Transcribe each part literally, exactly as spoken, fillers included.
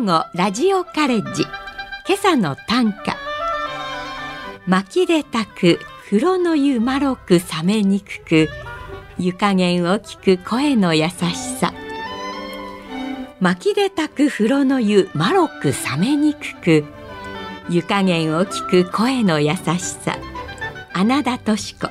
吾ラジオカレッジ、今朝の短歌。薪で炊く風呂の湯まろく冷めにくく、湯加減を聞く声の優しさ。薪で炊く風呂の湯まろく冷めにくく、湯加減を聞く声の優しさ。穴田敏子。は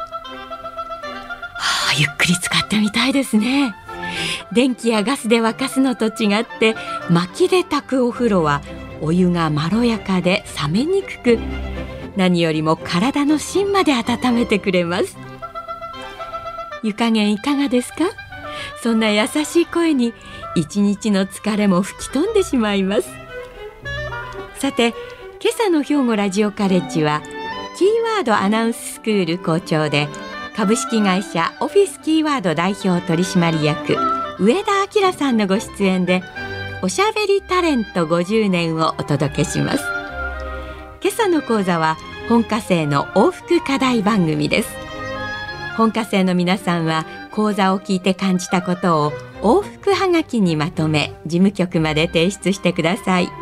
あ、ゆっくり使ってみたいですね。電気やガスで沸かすのと違って、薪で炊くお風呂はお湯がまろやかで冷めにくく、何よりも体の芯まで温めてくれます。湯加減いかがですか？そんな優しい声に一日の疲れも吹き飛んでしまいます。さて、今朝の兵庫ラジオカレッジはキーワードアナウンススクール校長で株式会社オフィスキーワード代表取締役上田明さんのご出演で、おしゃべりタレントごじゅうねんをお届けします。今朝の講座は本科生の往復課題番組です。本科生の皆さんは講座を聞いて感じたことを往復はがきにまとめ、事務局まで提出してください。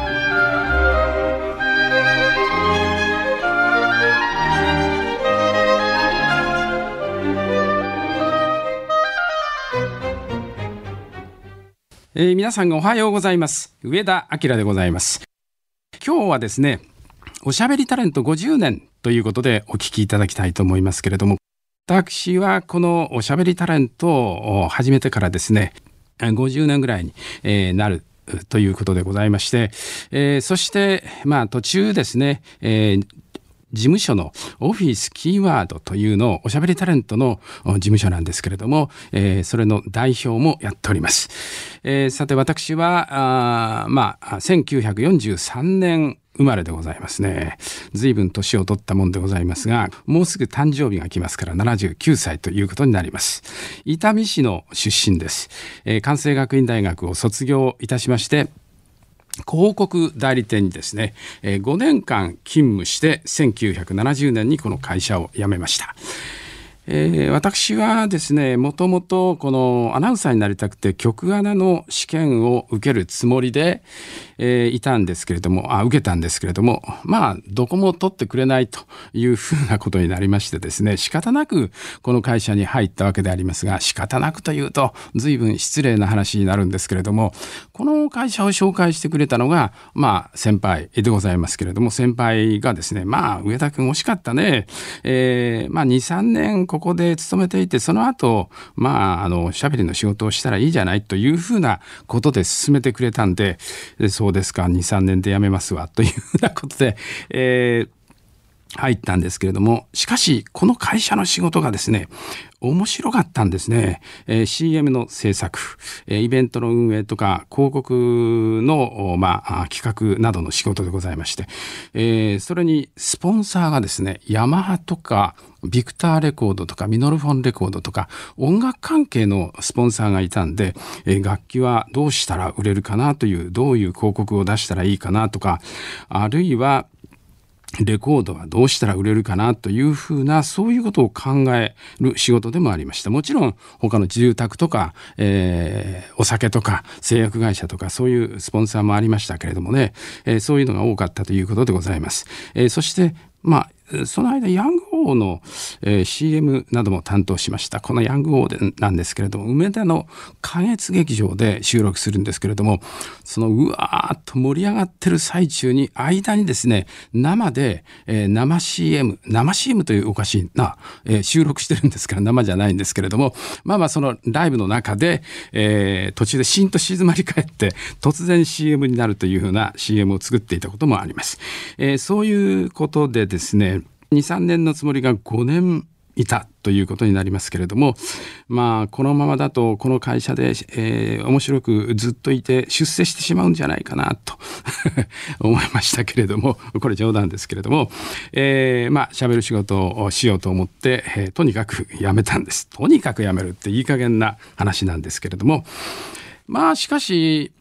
えー、皆さんおはようございます。上田明でございます。今日はですね、おしゃべりタレントごじゅうねんということでお聞きいただきたいと思いますけれども、私はこのおしゃべりタレントを始めてからですね、ごじゅうねんぐらいに、えー、なるということでございまして、えー、そしてまあ途中ですね、えー事務所のオフィスキーワードというのをおしゃべりタレントの事務所なんですけれども、えー、それの代表もやっております。えー、さて私はあまあせんきゅうひゃくよんじゅうさんねん生まれでございますね。随分年を取ったもんでございますが、もうすぐ誕生日が来ますからななじゅうきゅうさいということになります。伊丹市の出身です。えー、関西学院大学を卒業いたしまして、広告代理店にですね、ごねんかん勤務してせんきゅうひゃくななじゅうねんにこの会社を辞めました。えー、私はですね、もともとこのアナウンサーになりたくて局アナの試験を受けるつもりで、えー、いたんですけれどもあ受けたんですけれども、まあどこも取ってくれないというふうなことになりましてですね、仕方なくこの会社に入ったわけでありますが、仕方なくというと随分失礼な話になるんですけれども、この会社を紹介してくれたのがまあ先輩でございますけれども、先輩がですね、まあ上田君惜しかったね、えー、まあにさんねんここで勤めていて、その後まああのしゃべりの仕事をしたらいいじゃないというふうなことで進めてくれたんで、そうですかにさんねんで辞めますわというふうなことで、えー、入ったんですけれども、しかしこの会社の仕事がですね面白かったんですね。えー、シーエム の制作、えー、イベントの運営とか広告の、まあ、企画などの仕事でございまして、えー、それにスポンサーがですね、ヤマハとかビクターレコードとかミノルフォンレコードとか音楽関係のスポンサーがいたんで、えー、楽器はどうしたら売れるかなという、どういう広告を出したらいいかなとか、あるいはレコードはどうしたら売れるかなというふうな、そういうことを考える仕事でもありました。もちろん他の住宅とか、えー、お酒とか製薬会社とかそういうスポンサーもありましたけれどもね、えー、そういうのが多かったということでございます。えー、そしてまあその間ヤング王の、えー、シーエム なども担当しました。このヤング王でなんですけれども、梅田の花月劇場で収録するんですけれども、そのうわーっと盛り上がってる最中に間にですね、生で、えー、生 シーエム 生 シーエム というおかしいな、えー、収録してるんですから生じゃないんですけれども、まあまあそのライブの中で、えー、途中でシーンと静まり返って突然 シーエム になるというふうな シーエム を作っていたこともあります。えー、そういうことでですね、にさんねんのつもりがごねんいたということになりますけれども、まあこのままだとこの会社で、えー、面白くずっといて出世してしまうんじゃないかなと思いましたけれども、これ冗談ですけれども、えー、まあ喋る仕事をしようと思って、えー、とにかく辞めたんです。とにかく辞めるっていい加減な話なんですけれども、まあしかし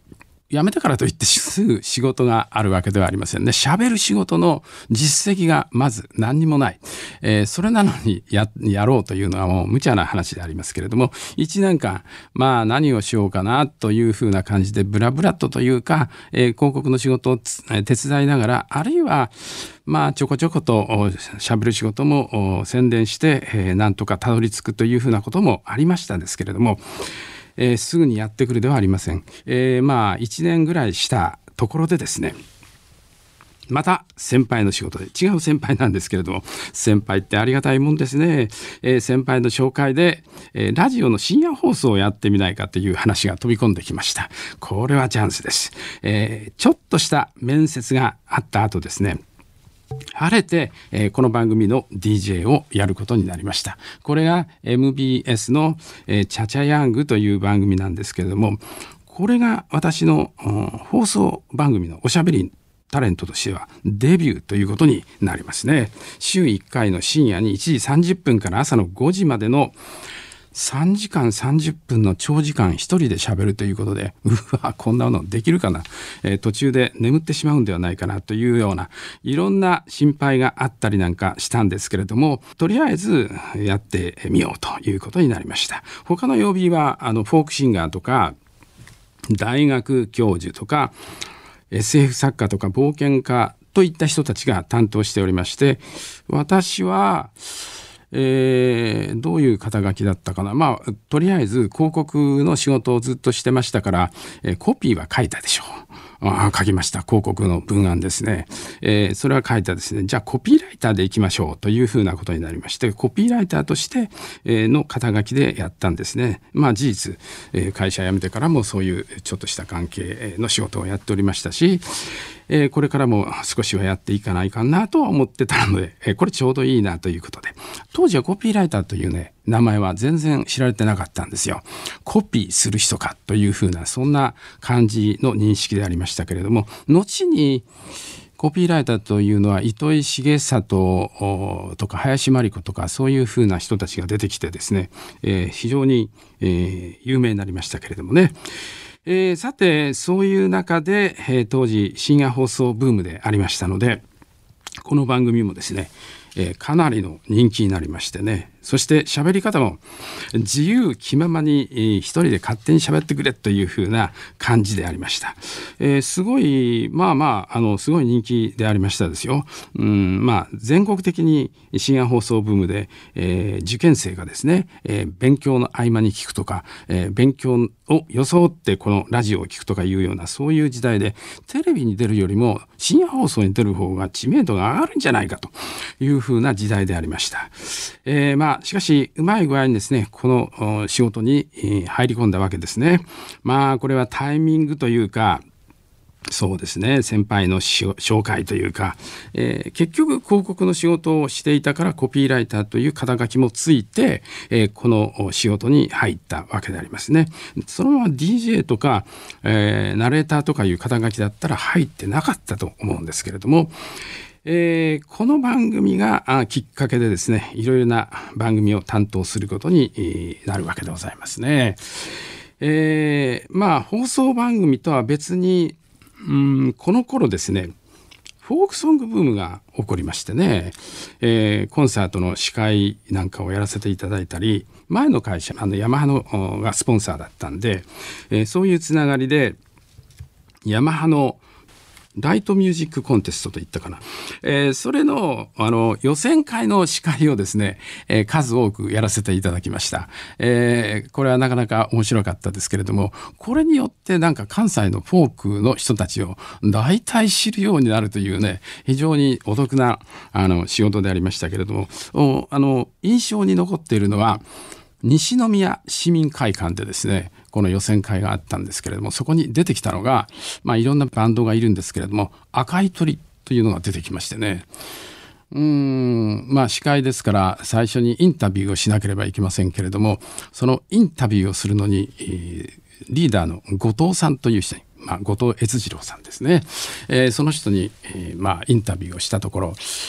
辞めてからといってすぐ仕事があるわけではありませんね。喋る仕事の実績がまず何にもない。えー、それなのに や, やろうというのはもう無茶な話でありますけれども、いちねんかん、まあ何をしようかなというふうな感じでブラブラっとというか、えー、広告の仕事を手伝いながら、あるいはまあちょこちょこと喋る仕事も宣伝して、えー、なんとかたどり着くというふうなこともありましたですけれども、えー、すぐにやってくるではありません。えー、まあいちねんぐらいしたところでですね、また先輩の仕事で、違う先輩なんですけれども、先輩ってありがたいもんですね。えー、先輩の紹介で、えー、ラジオの深夜放送をやってみないかという話が飛び込んできました。これはチャンスです。えー、ちょっとした面接があった後ですね、晴れて、えー、この番組の ディージェー をやることになりました。これが エムビーエス の、えー、チャチャヤングという番組なんですけれども、これが私の、うん、放送番組のおしゃべりタレントとしてはデビューということになりますね。週いっかいの深夜にいちじさんじゅっぷんから朝のごじまでのさんじかんさんじゅっぷんの長時間一人で喋るということで、うわこんなのできるかな、えー、途中で眠ってしまうんではないかなというようないろんな心配があったりなんかしたんですけれども、とりあえずやってみようということになりました。他の曜日はあのフォークシンガーとか大学教授とか エスエフ 作家とか冒険家といった人たちが担当しておりまして、私はえー、どういう肩書きだったかな。まあとりあえず広告の仕事をずっとしてましたから、えー、コピーは書いたでしょう。あ書きました。広告の文案ですね、えー、それは書いたですね。じゃあコピーライターでいきましょうというふうなことになりまして、コピーライターとしての肩書きでやったんですね。まあ事実、えー、会社辞めてからもそういうちょっとした関係の仕事をやっておりましたし、えー、これからも少しはやっていかないかなとは思ってたので、えー、これちょうどいいなということで、当時はコピーライターというね名前は全然知られてなかったんですよ。コピーする人かというふうなそんな感じの認識でありましたけれども、後にコピーライターというのは糸井重里とか林真理子とかそういうふうな人たちが出てきてですね、えー、非常に、えー、有名になりましたけれどもね。えー、さてそういう中で、えー、当時深夜放送ブームでありましたので、この番組もですね、えー、かなりの人気になりましてね、そして喋り方も自由気ままに、えー、一人で勝手に喋ってくれというふうな感じでありました。えー、すごいまあまああのすごい人気でありましたですよ。うん、まあ全国的に深夜放送ブームで、えー、受験生がですね、えー、勉強の合間に聞くとか、えー、勉強を装ってこのラジオを聞くとかいうようなそういう時代で、テレビに出るよりも深夜放送に出る方が知名度が上がるんじゃないかというふうな時代でありました。えー、まあしかしうまい具合にですねこの仕事に入り込んだわけですね。まあこれはタイミングというか、そうですね、先輩の紹介というか、えー、結局広告の仕事をしていたからコピーライターという肩書きもついて、えー、この仕事に入ったわけでありますね。そのまま ディージェー とか、えー、ナレーターとかいう肩書きだったら入ってなかったと思うんですけれども、えー、この番組がきっかけでですね、いろいろな番組を担当することになるわけでございますね。えー、まあ放送番組とは別に、うん、この頃ですねフォークソングブームが起こりましてね、えー、コンサートの司会なんかをやらせていただいたり、前の会社あのヤマハのがスポンサーだったんで、えー、そういうつながりでヤマハのライトミュージックコンテストといったかな、えー、それ の, あの予選会の司会をですね、えー、数多くやらせていただきました。えー、これはなかなか面白かったですけれども、これによってなんか関西のフォークの人たちを大体知るようになるというね、非常にお得なあの仕事でありましたけれども、おあの印象に残っているのは西宮市民会館でですね、この予選会があったんですけれども、そこに出てきたのが、まあ、いろんなバンドがいるんですけれども、赤い鳥というのが出てきましてね、うーんまあ司会ですから最初にインタビューをしなければいけませんけれども、そのインタビューをするのに、えー、リーダーの後藤さんという人に、まあ、後藤悦次郎さんですね、えー、その人に、えーまあ、インタビューをしたところ、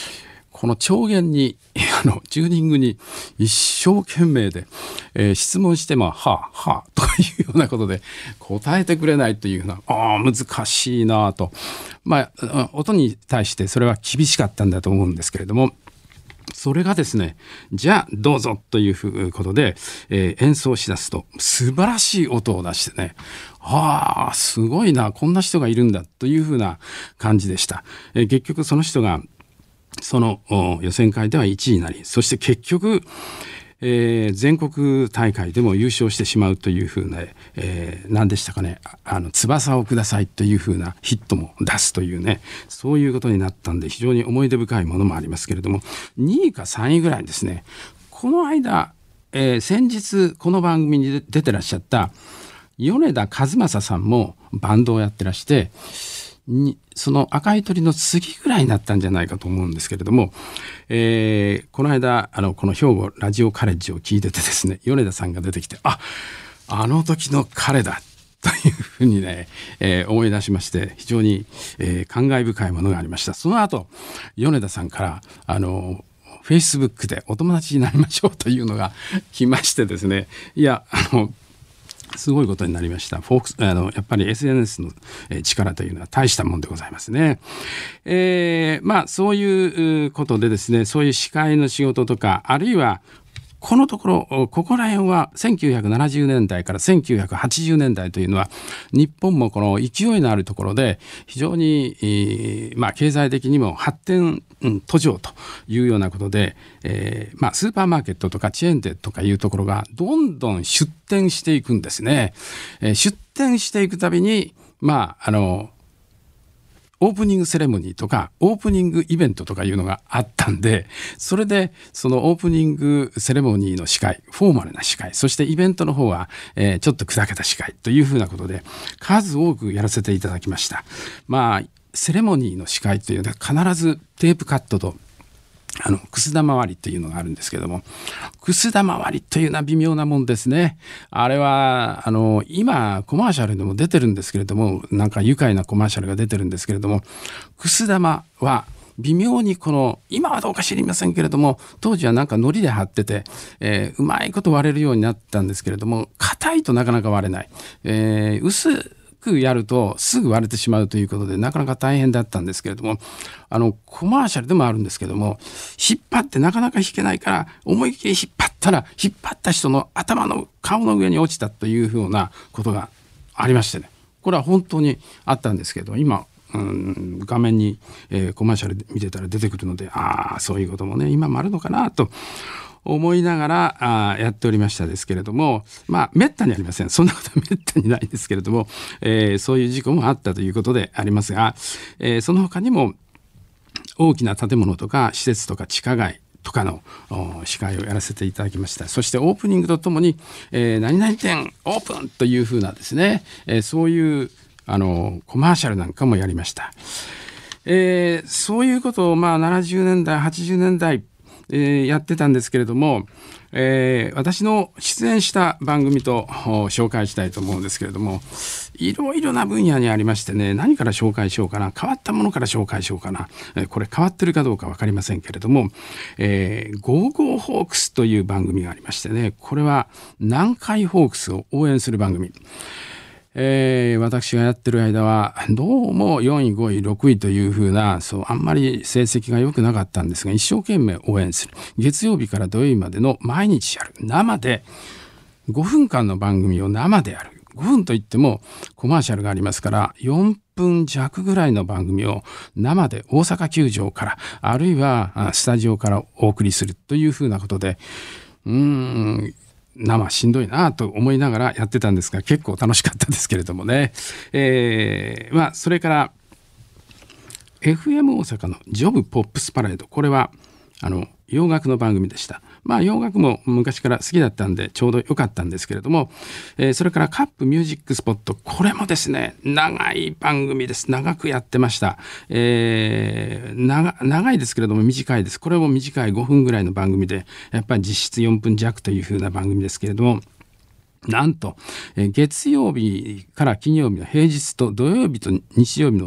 この調弦にあのチューニングに一生懸命で、えー、質問してもはあはあというようなことで答えてくれないというような、あ難しいなと、まあ音に対してそれは厳しかったんだと思うんですけれども、それがですね、じゃあどうぞということで、えー、演奏しだすと素晴らしい音を出してね、ああすごいな、こんな人がいるんだというふうな感じでした。えー、結局その人がその予選会ではいちいになり、そして結局、えー、全国大会でも優勝してしまうというふうな、えー、何でしたかね、あの翼をくださいというふうなヒットも出すというね、そういうことになったんで非常に思い出深いものもありますけれども、にいかさんいぐらいですね、この間、えー、先日この番組に出てらっしゃった米田和正さんもバンドをやってらして、にその赤い鳥の次ぐらいになったんじゃないかと思うんですけれども、えー、この間あのこの兵庫ラジオカレッジを聞いててですね、米田さんが出てきて、ああの時の彼だというふうにね、えー、思い出しまして、非常に、えー、感慨深いものがありました。その後米田さんからあのフェイスブックでお友達になりましょうというのが来ましてですね、いやあのすごいことになりました。フォークスあのやっぱり エスエヌエス の力というのは大したもんでございますね。えー、まあそういうことでですね、そういう司会の仕事とか、あるいはこのところここら辺はせんきゅうひゃくななじゅうねんだいからせんきゅうひゃくはちじゅうねんだいというのは日本もこの勢いのあるところで非常に、えーまあ、経済的にも発展途上というようなことで、えーまあ、スーパーマーケットとかチェーン店とかいうところがどんどん出店していくんですね。えー、出店していくたびにまああのオープニングセレモニーとかオープニングイベントとかいうのがあったんで、それでそのオープニングセレモニーの司会、フォーマルな司会、そしてイベントの方は、えー、ちょっと砕けた司会というふうなことで数多くやらせていただきました。まあセレモニーの司会というのは必ずテープカットとあのくす玉割りというのがあるんですけども、くす玉割りというのは微妙なもんですね。あれはあの今コマーシャルでも出てるんですけれども、なんか愉快なコマーシャルが出てるんですけれども、くす玉は微妙にこの今はどうか知りませんけれども、当時はなんか糊で貼ってて、えー、うまいこと割れるようになったんですけれども、硬いとなかなか割れない、えー、薄くやるとすぐ割れてしまうということでなかなか大変だったんですけれども、あのコマーシャルでもあるんですけども、引っ張ってなかなか引けないから思いっきり引っ張ったら引っ張った人の頭の顔の上に落ちたというようなことがありましてね、これは本当にあったんですけど、今うん、画面に、えー、コマーシャル見てたら出てくるので、ああそういうこともね今もあるのかなと思いながらあやっておりましたですけれども、まあめったにありません。そんなことはめったにないですけれども、えー、そういう事故もあったということでありますが、えー、その他にも大きな建物とか施設とか地下街とかの司会をやらせていただきました。そしてオープニングとともに、えー、何々店オープンというふうなですね、えー、そういうあのコマーシャルなんかもやりました。えー、そういうことをまあななじゅうねんだいはちじゅうねんだいえー、やってたんですけれども、えー、私の出演した番組と紹介したいと思うんですけれども、いろいろな分野にありましてね、何から紹介しようかな、変わったものから紹介しようかな、えー、これ変わってるかどうか分かりませんけれども、えー、ゴーゴーホークスという番組がありましてね、これは南海ホークスを応援する番組。えー、私がやってる間はどうもよんいごいろくいというふうな、そうあんまり成績が良くなかったんですが、一生懸命応援する、月曜日から土曜日までの毎日やる、生でごふんかんの番組を生でやる。ごふんといってもコマーシャルがありますからよんぷんじゃくぐらいの番組を生で大阪球場からあるいはスタジオからお送りするというふうなことで、うーん生しんどいなと思いながらやってたんですが、結構楽しかったですけれどもね、えー、まあそれから エフエム 大阪のジョブポップスパレード、これはあの洋楽の番組でした。まあ洋楽も昔から好きだったんでちょうど良かったんですけれども、えー、それからカップミュージックスポット、これもですね長い番組です。長くやってました。えー、長, 長いですけれども短いです。これも短いごふんぐらいの番組で、やっぱり実質よんぷんじゃくというふうな番組ですけれども、なんと、えー、月曜日から金曜日の平日と土曜日と日曜日の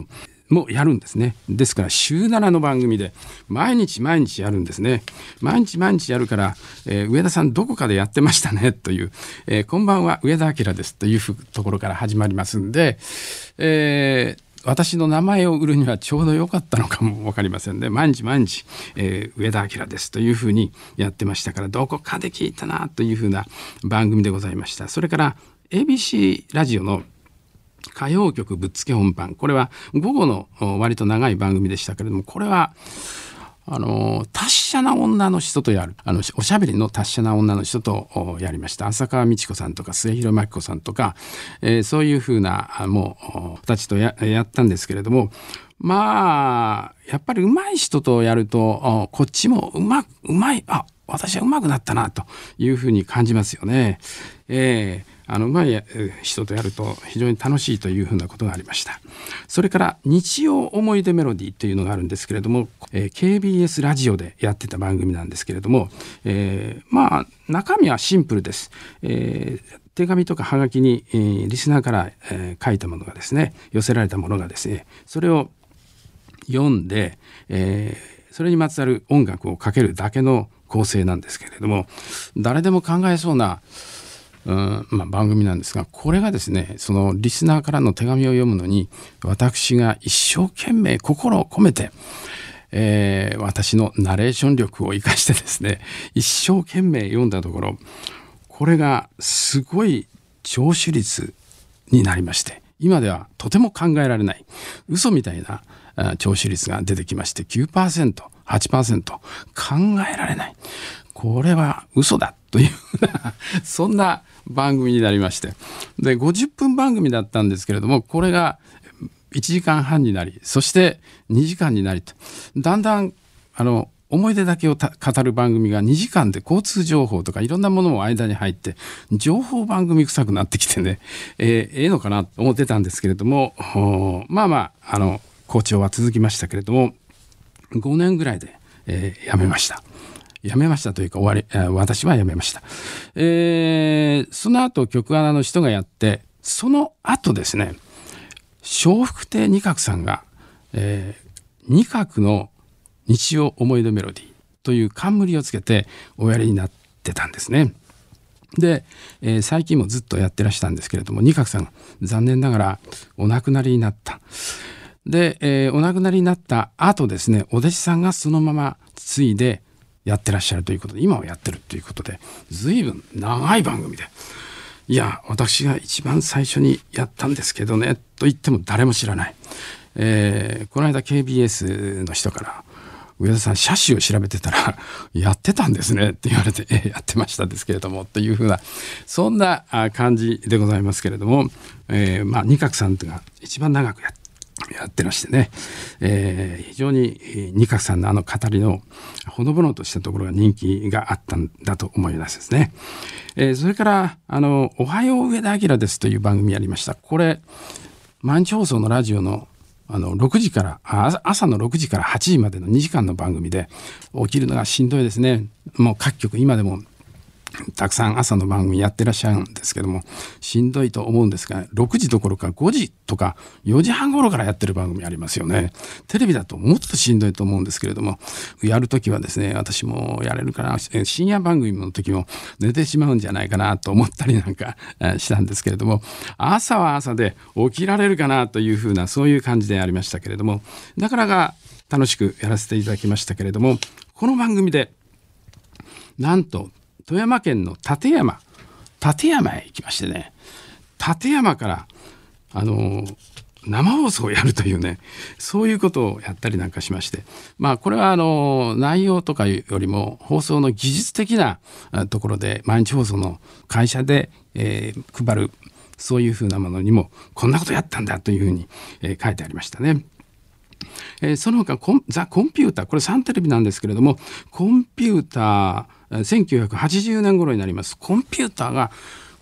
もやるんですね。ですから週ななの番組で毎日毎日やるんですね。毎日毎日やるから、えー、上田さんどこかでやってましたねという、えー、こんばんは上田明ですというところから始まりますんで、えー、私の名前を売るにはちょうど良かったのかも分かりませんね。毎日毎日、えー、上田明ですというふうにやってましたから、どこかで聞いたなというふうな番組でございました。それから エービーシー ラジオの歌謡曲ぶっつけ本番、これは午後の割と長い番組でしたけれども、これはあの達者な女の人とやる、あのおしゃべりの達者な女の人とやりました。浅川美智子さんとか末広真紀子さんとか、えー、そういうふうなもうたちと や, やったんですけれども、まあやっぱり上手い人とやるとこっちもうまうまいあ私は上手くなったなというふうに感じますよね。えーあの上手い人とやると非常に楽しいというふうなことがありました。それから日曜思い出メロディーというのがあるんですけれども、えー、ケービーエス ラジオでやってた番組なんですけれども、えー、まあ中身はシンプルです。えー手紙とかはがきに、えー、リスナーから、えー、書いたものがですね、寄せられたものがですね、それを読んで、えー、それにまつわる音楽をかけるだけの構成なんですけれども、誰でも考えそうなうんまあ、番組なんですが、これがですね、そのリスナーからの手紙を読むのに私が一生懸命心を込めて、えー、私のナレーション力を生かしてですね、一生懸命読んだところ、これがすごい聴取率になりまして、今ではとても考えられない嘘みたいな聴取率が出てきまして、 きゅうパーセント、はちパーセント 考えられない、これは嘘だというそんな番組になりまして、でごじゅっぷん番組だったんですけれども、これがいちじかんはんになり、そしてにじかんになりと、だんだんあの思い出だけを語る番組がにじかんで交通情報とかいろんなものも間に入って情報番組臭くなってきてね、えー、ええのかなと思ってたんですけれども、まあまああの好調は続きましたけれども、ごねんぐらいで、えー、やめました。やめましたというか終わり、私はやめました。えー、その後局アナの人がやって、その後ですね、笑福亭仁鶴さんが、えー、仁鶴の日曜思い出メロディーという冠をつけておやりになってたんですね。で、えー、最近もずっとやってらしたんですけれども、仁鶴さん残念ながらお亡くなりになった。で、えー、お亡くなりになった後ですね、お弟子さんがそのまま継いでやってらっしゃるということで、今はやってるということで、随分長い番組で、いや私が一番最初にやったんですけどねと言っても誰も知らない、えー、この間 ケービーエス の人から上田さん写真を調べてたらやってたんですねって言われて、えー、やってましたですけれどもというふうな、そんな感じでございますけれども、えー、まあ仁鶴さんが一番長くやってやってらしてね、えー、非常に仁鶴さんのあの語りのほのぼのとしたところが人気があったんだと思いますですね。えー、それからあのおはよう上田明ですという番組やりました。これ毎日放送のラジオのあのろくじからあ朝のろくじからはちじまでのにじかんの番組で、起きるのがしんどいですね。もう各局今でもたくさん朝の番組やってらっしゃるんですけども、しんどいと思うんですが、ろくじどころかごじとかよじはん頃からやってる番組ありますよね。テレビだともっとしんどいと思うんですけれども、やるときはですね、私もやれるかな、深夜番組の時も寝てしまうんじゃないかなと思ったりなんかしたんですけれども、朝は朝で起きられるかなというふうな、そういう感じでありましたけれども、なかなか楽しくやらせていただきましたけれども、この番組でなんと富山県の立山立山へ行きましてね、立山からあの生放送をやるというね、そういうことをやったりなんかしまして、まあこれはあの内容とかよりも放送の技術的なところで、毎日放送の会社で、えー、配るそういうふうなものにもこんなことやったんだというふうに、えー、書いてありましたね。えー、その他コンザ・コンピューター、これサンテレビなんですけれども、コンピューターせんきゅうひゃくはちじゅうねん頃になります。コンピューターが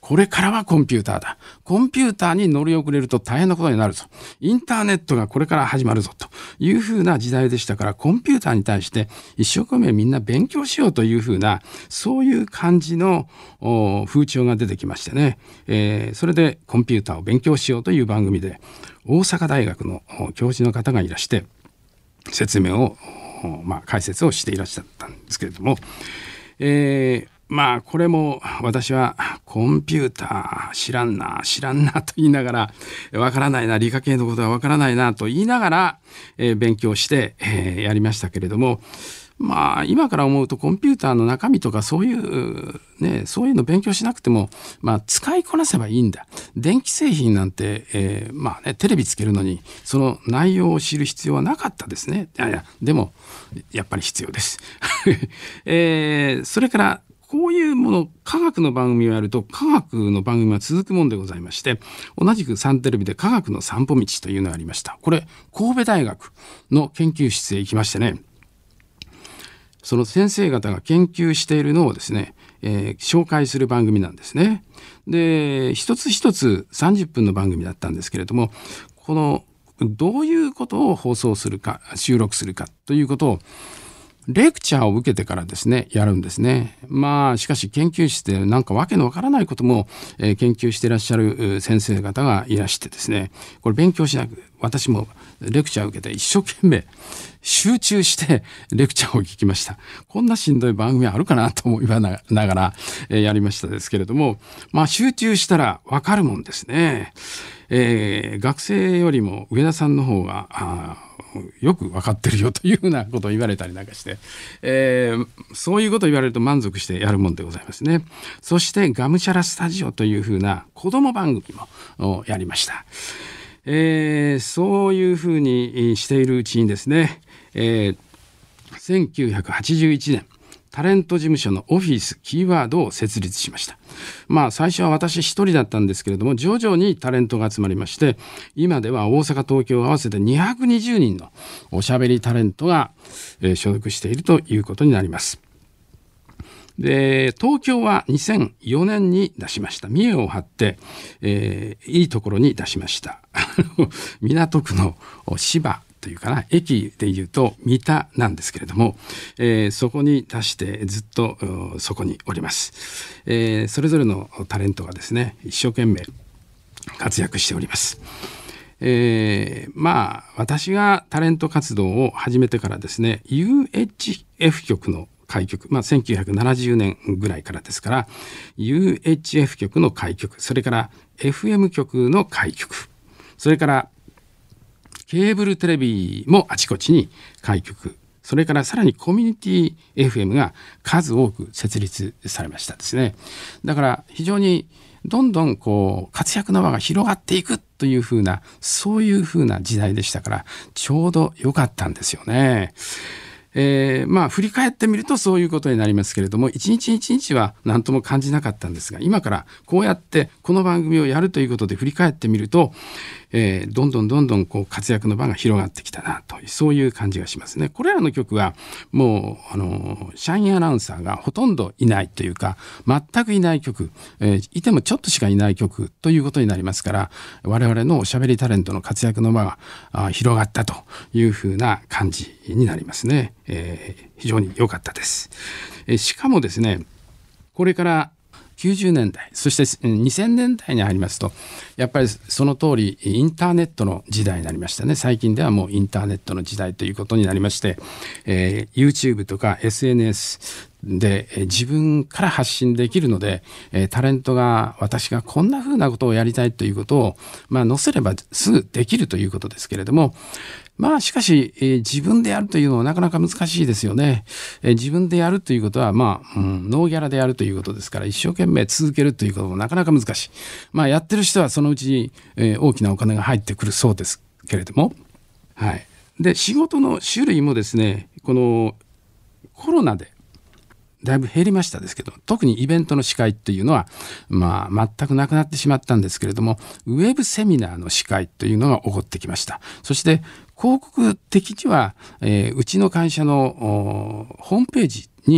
これからはコンピューターだ。コンピューターに乗り遅れると大変なことになるぞ。インターネットがこれから始まるぞというふうな時代でしたから、コンピューターに対して一生懸命みんな勉強しようというふうな、そういう感じの風潮が出てきましてね、えー、それでコンピューターを勉強しようという番組で、大阪大学の教授の方がいらして説明を、まあ、解説をしていらっしゃったんですけれども、えーまあこれも私はコンピューター知らんな知らんなと言いながら、わからないな、理科系のことはわからないなと言いながら、えー、勉強して、えー、やりましたけれども、まあ今から思うとコンピューターの中身とかそういうね、そういうの勉強しなくても、まあ使いこなせばいいんだ。電気製品なんて、えー、まあね、テレビつけるのにその内容を知る必要はなかったですね。いやいや、でもやっぱり必要です。えー、それからこういうもの、科学の番組をやると科学の番組は続くもんでございまして、同じくサンテレビで科学の散歩道というのがありました。これ神戸大学の研究室へ行きましてね、その先生方が研究しているのをですね、えー、紹介する番組なんですね。で、一つ一つさんじゅっぷんの番組だったんですけれども、このどういうことを放送するか、収録するかということをレクチャーを受けてからですね、やるんですね。まあしかし研究室でなんかわけのわからないことも、えー、研究していらっしゃる先生方がいらしてですね、これ勉強しなく、私もレクチャーを受けて一生懸命集中してレクチャーを聞きました。こんなしんどい番組あるかなと思いながら、えー、やりましたですけれども、まあ集中したらわかるもんですね。えー、学生よりも上田さんの方があよく分かってるよというようなことを言われたりなんかして、えー、そういうことを言われると満足してやるもんでございますね。そしてがむしゃらスタジオというふうな子ども番組もやりました。えー、そういうふうにしているうちにですね、えー、せんきゅうひゃくはちじゅういちねんタレント事務所のオフィスキーワードを設立しました。まあ最初は私一人だったんですけれども、徐々にタレントが集まりまして、今では大阪東京合わせてにひゃくにじゅうにんのおしゃべりタレントが、えー、所属しているということになります。で、東京はにせんよねんに出しました。見栄を張って、えー、いいところに出しました。港区の芝というかな、駅でいうと三田なんですけれども、えー、そこに出してずっとそこにおります。えー、それぞれのタレントがですね、一生懸命活躍しております。えー、まあ私がタレント活動を始めてからですね、 ユーエイチエフ 局の開局、まあ、せんきゅうひゃくななじゅうねんぐらいからですから ユーエイチエフ 局の開局、それから エフエム 局の開局、それからケーブルテレビもあちこちに開局、それからさらにコミュニティ エフエム が数多く設立されましたですね。だから非常にどんどんこう活躍の輪が広がっていくというふうな、そういうふうな時代でしたから、ちょうど良かったんですよね。えー、まあ振り返ってみるとそういうことになりますけれども、一日一日は何とも感じなかったんですが、今からこうやってこの番組をやるということで振り返ってみると、えー、どんどんどんどんこう活躍の場が広がってきたなという、そういう感じがしますね。これらの曲はもうあの社員アナウンサーがほとんどいないというか、全くいない曲、えー、いてもちょっとしかいない曲ということになりますから、我々のおしゃべりタレントの活躍の場があ広がったというふうな感じになりますね。えー、非常に良かったです。えー、しかもですね、これからきゅうじゅうねんだい、そしてにせんねんだいに入りますと、やっぱりその通りインターネットの時代になりましたね。最近ではもうインターネットの時代ということになりまして、えー、YouTube とか エスエヌエス で、えー、自分から発信できるので、えー、タレントが私がこんな風なことをやりたいということを、まあ、載せればすぐできるということですけれども、まあしかし、えー、自分でやるというのはなかなか難しいですよね。えー、自分でやるということは、まあ、うん、ノーギャラでやるということですから、一生懸命続けるということもなかなか難しい。まあやってる人はそのうちに、えー、大きなお金が入ってくるそうですけれども、はい。で、仕事の種類もですね、このコロナでだいぶ減りましたですけど、特にイベントの司会っていうのは、まあ、全くなくなってしまったんですけれども、ウェブセミナーの司会というのが起こってきました。そして広告的には、えー、うちの会社のホームページに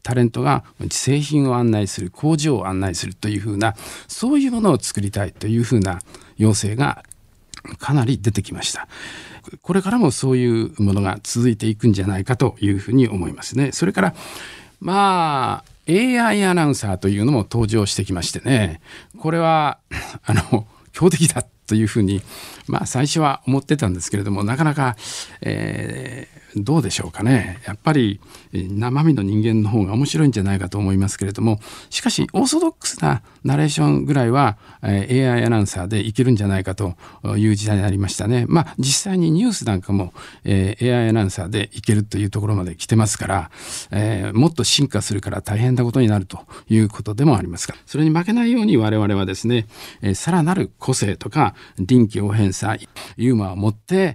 タレントが製品を案内する、工場を案内するというふうな、そういうものを作りたいというふうな要請がかなり出てきました。これからもそういうものが続いていくんじゃないかというふうに思いますね。それからまあ エーアイ アナウンサーというのも登場してきましてね、これはあの強敵だというふうに、まあ、最初は思ってたんですけれども、なかなか、えーどうでしょうかね。やっぱり生身の人間の方が面白いんじゃないかと思いますけれども、しかしオーソドックスなナレーションぐらいは エーアイ アナウンサーでいけるんじゃないかという時代になりましたね。まあ実際にニュースなんかも エーアイ アナウンサーでいけるというところまで来てますから、えー、もっと進化するから大変なことになるということでもありますが、それに負けないように我々はですね、えー、さらなる個性とか臨機応変さ、ユーモアを持って、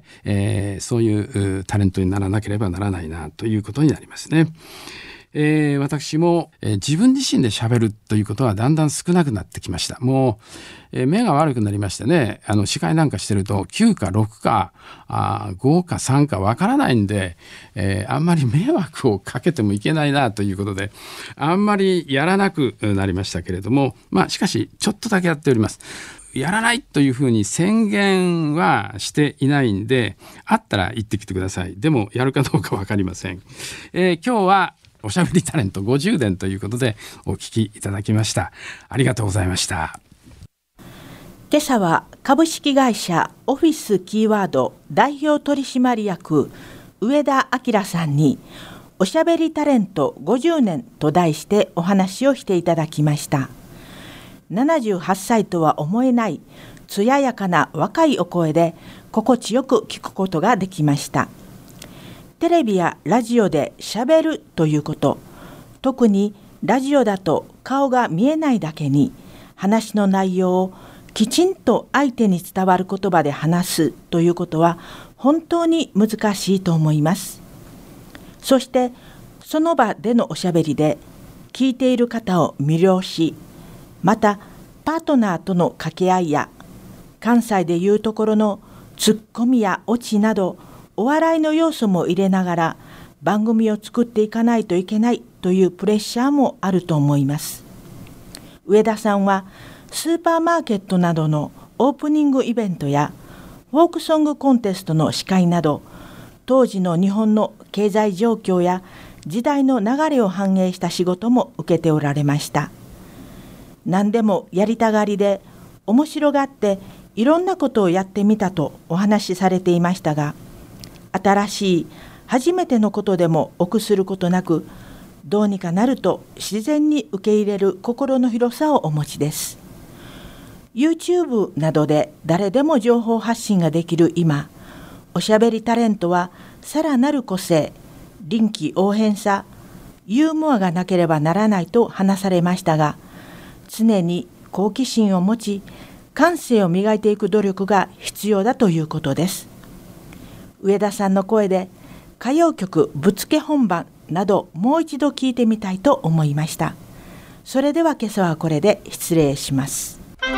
えー、そういうタレントにならなければならないなということになりますね。えー、私も、えー、自分自身で喋るということはだんだん少なくなってきました。もう、えー、目が悪くなりましてね、あの司会なんかしてるときゅうかろくかあごかさんかわからないんで、えー、あんまり迷惑をかけてもいけないなということで、あんまりやらなくなりましたけれども、まあしかしちょっとだけやっております。やらないというふうに宣言はしていないんで、あったら言ってきてください。でもやるかどうか分かりません。えー、今日はおしゃべりタレントごじゅうねんということでお聞きいただきました。ありがとうございました。 今朝は株式会社オフィスキーワード代表取締役上田明さんにおしゃべりタレントごじゅうねんと題してお話をしていただきました。ななじゅうはっさいとは思えない艶やかな若いお声で心地よく聞くことができました。テレビやラジオでしゃべるということ、特にラジオだと顔が見えないだけに話の内容をきちんと相手に伝わる言葉で話すということは本当に難しいと思います。そしてその場でのおしゃべりで聞いている方を魅了し、またパートナーとの掛け合いや関西でいうところのツッコミやオチなどお笑いの要素も入れながら番組を作っていかないといけないというプレッシャーもあると思います。上田さんはスーパーマーケットなどのオープニングイベントやフォークソングコンテストの司会など、当時の日本の経済状況や時代の流れを反映した仕事も受けておられました。何でもやりたがりで面白がっていろんなことをやってみたとお話しされていましたが、新しい初めてのことでも臆することなく、どうにかなると自然に受け入れる心の広さをお持ちです。 YouTube などで誰でも情報発信ができる今、おしゃべりタレントはさらなる個性、臨機応変さ、ユーモアがなければならないと話されましたが、常に好奇心を持ち感性を磨いていく努力が必要だということです。上田さんの声で歌謡曲ぶつけ本番などもう一度聞いてみたいと思いました。それでは今朝はこれで失礼します。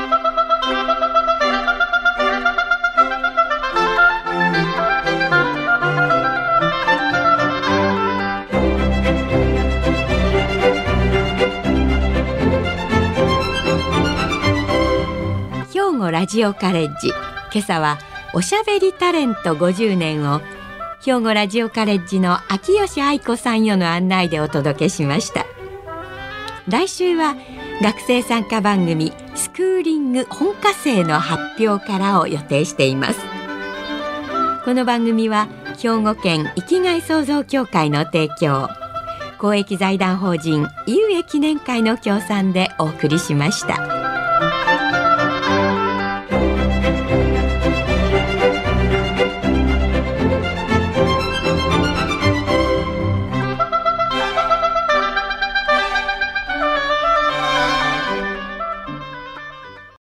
ラジオカレッジ、今朝はおしゃべりタレントごじゅうねんを兵庫ラジオカレッジの秋吉愛子さんよの案内でお届けしました。来週は学生参加番組スクーリング本科生の発表からを予定しています。この番組は兵庫県生きがい創造協会の提供、公益財団法人井上記念会の協賛でお送りしました。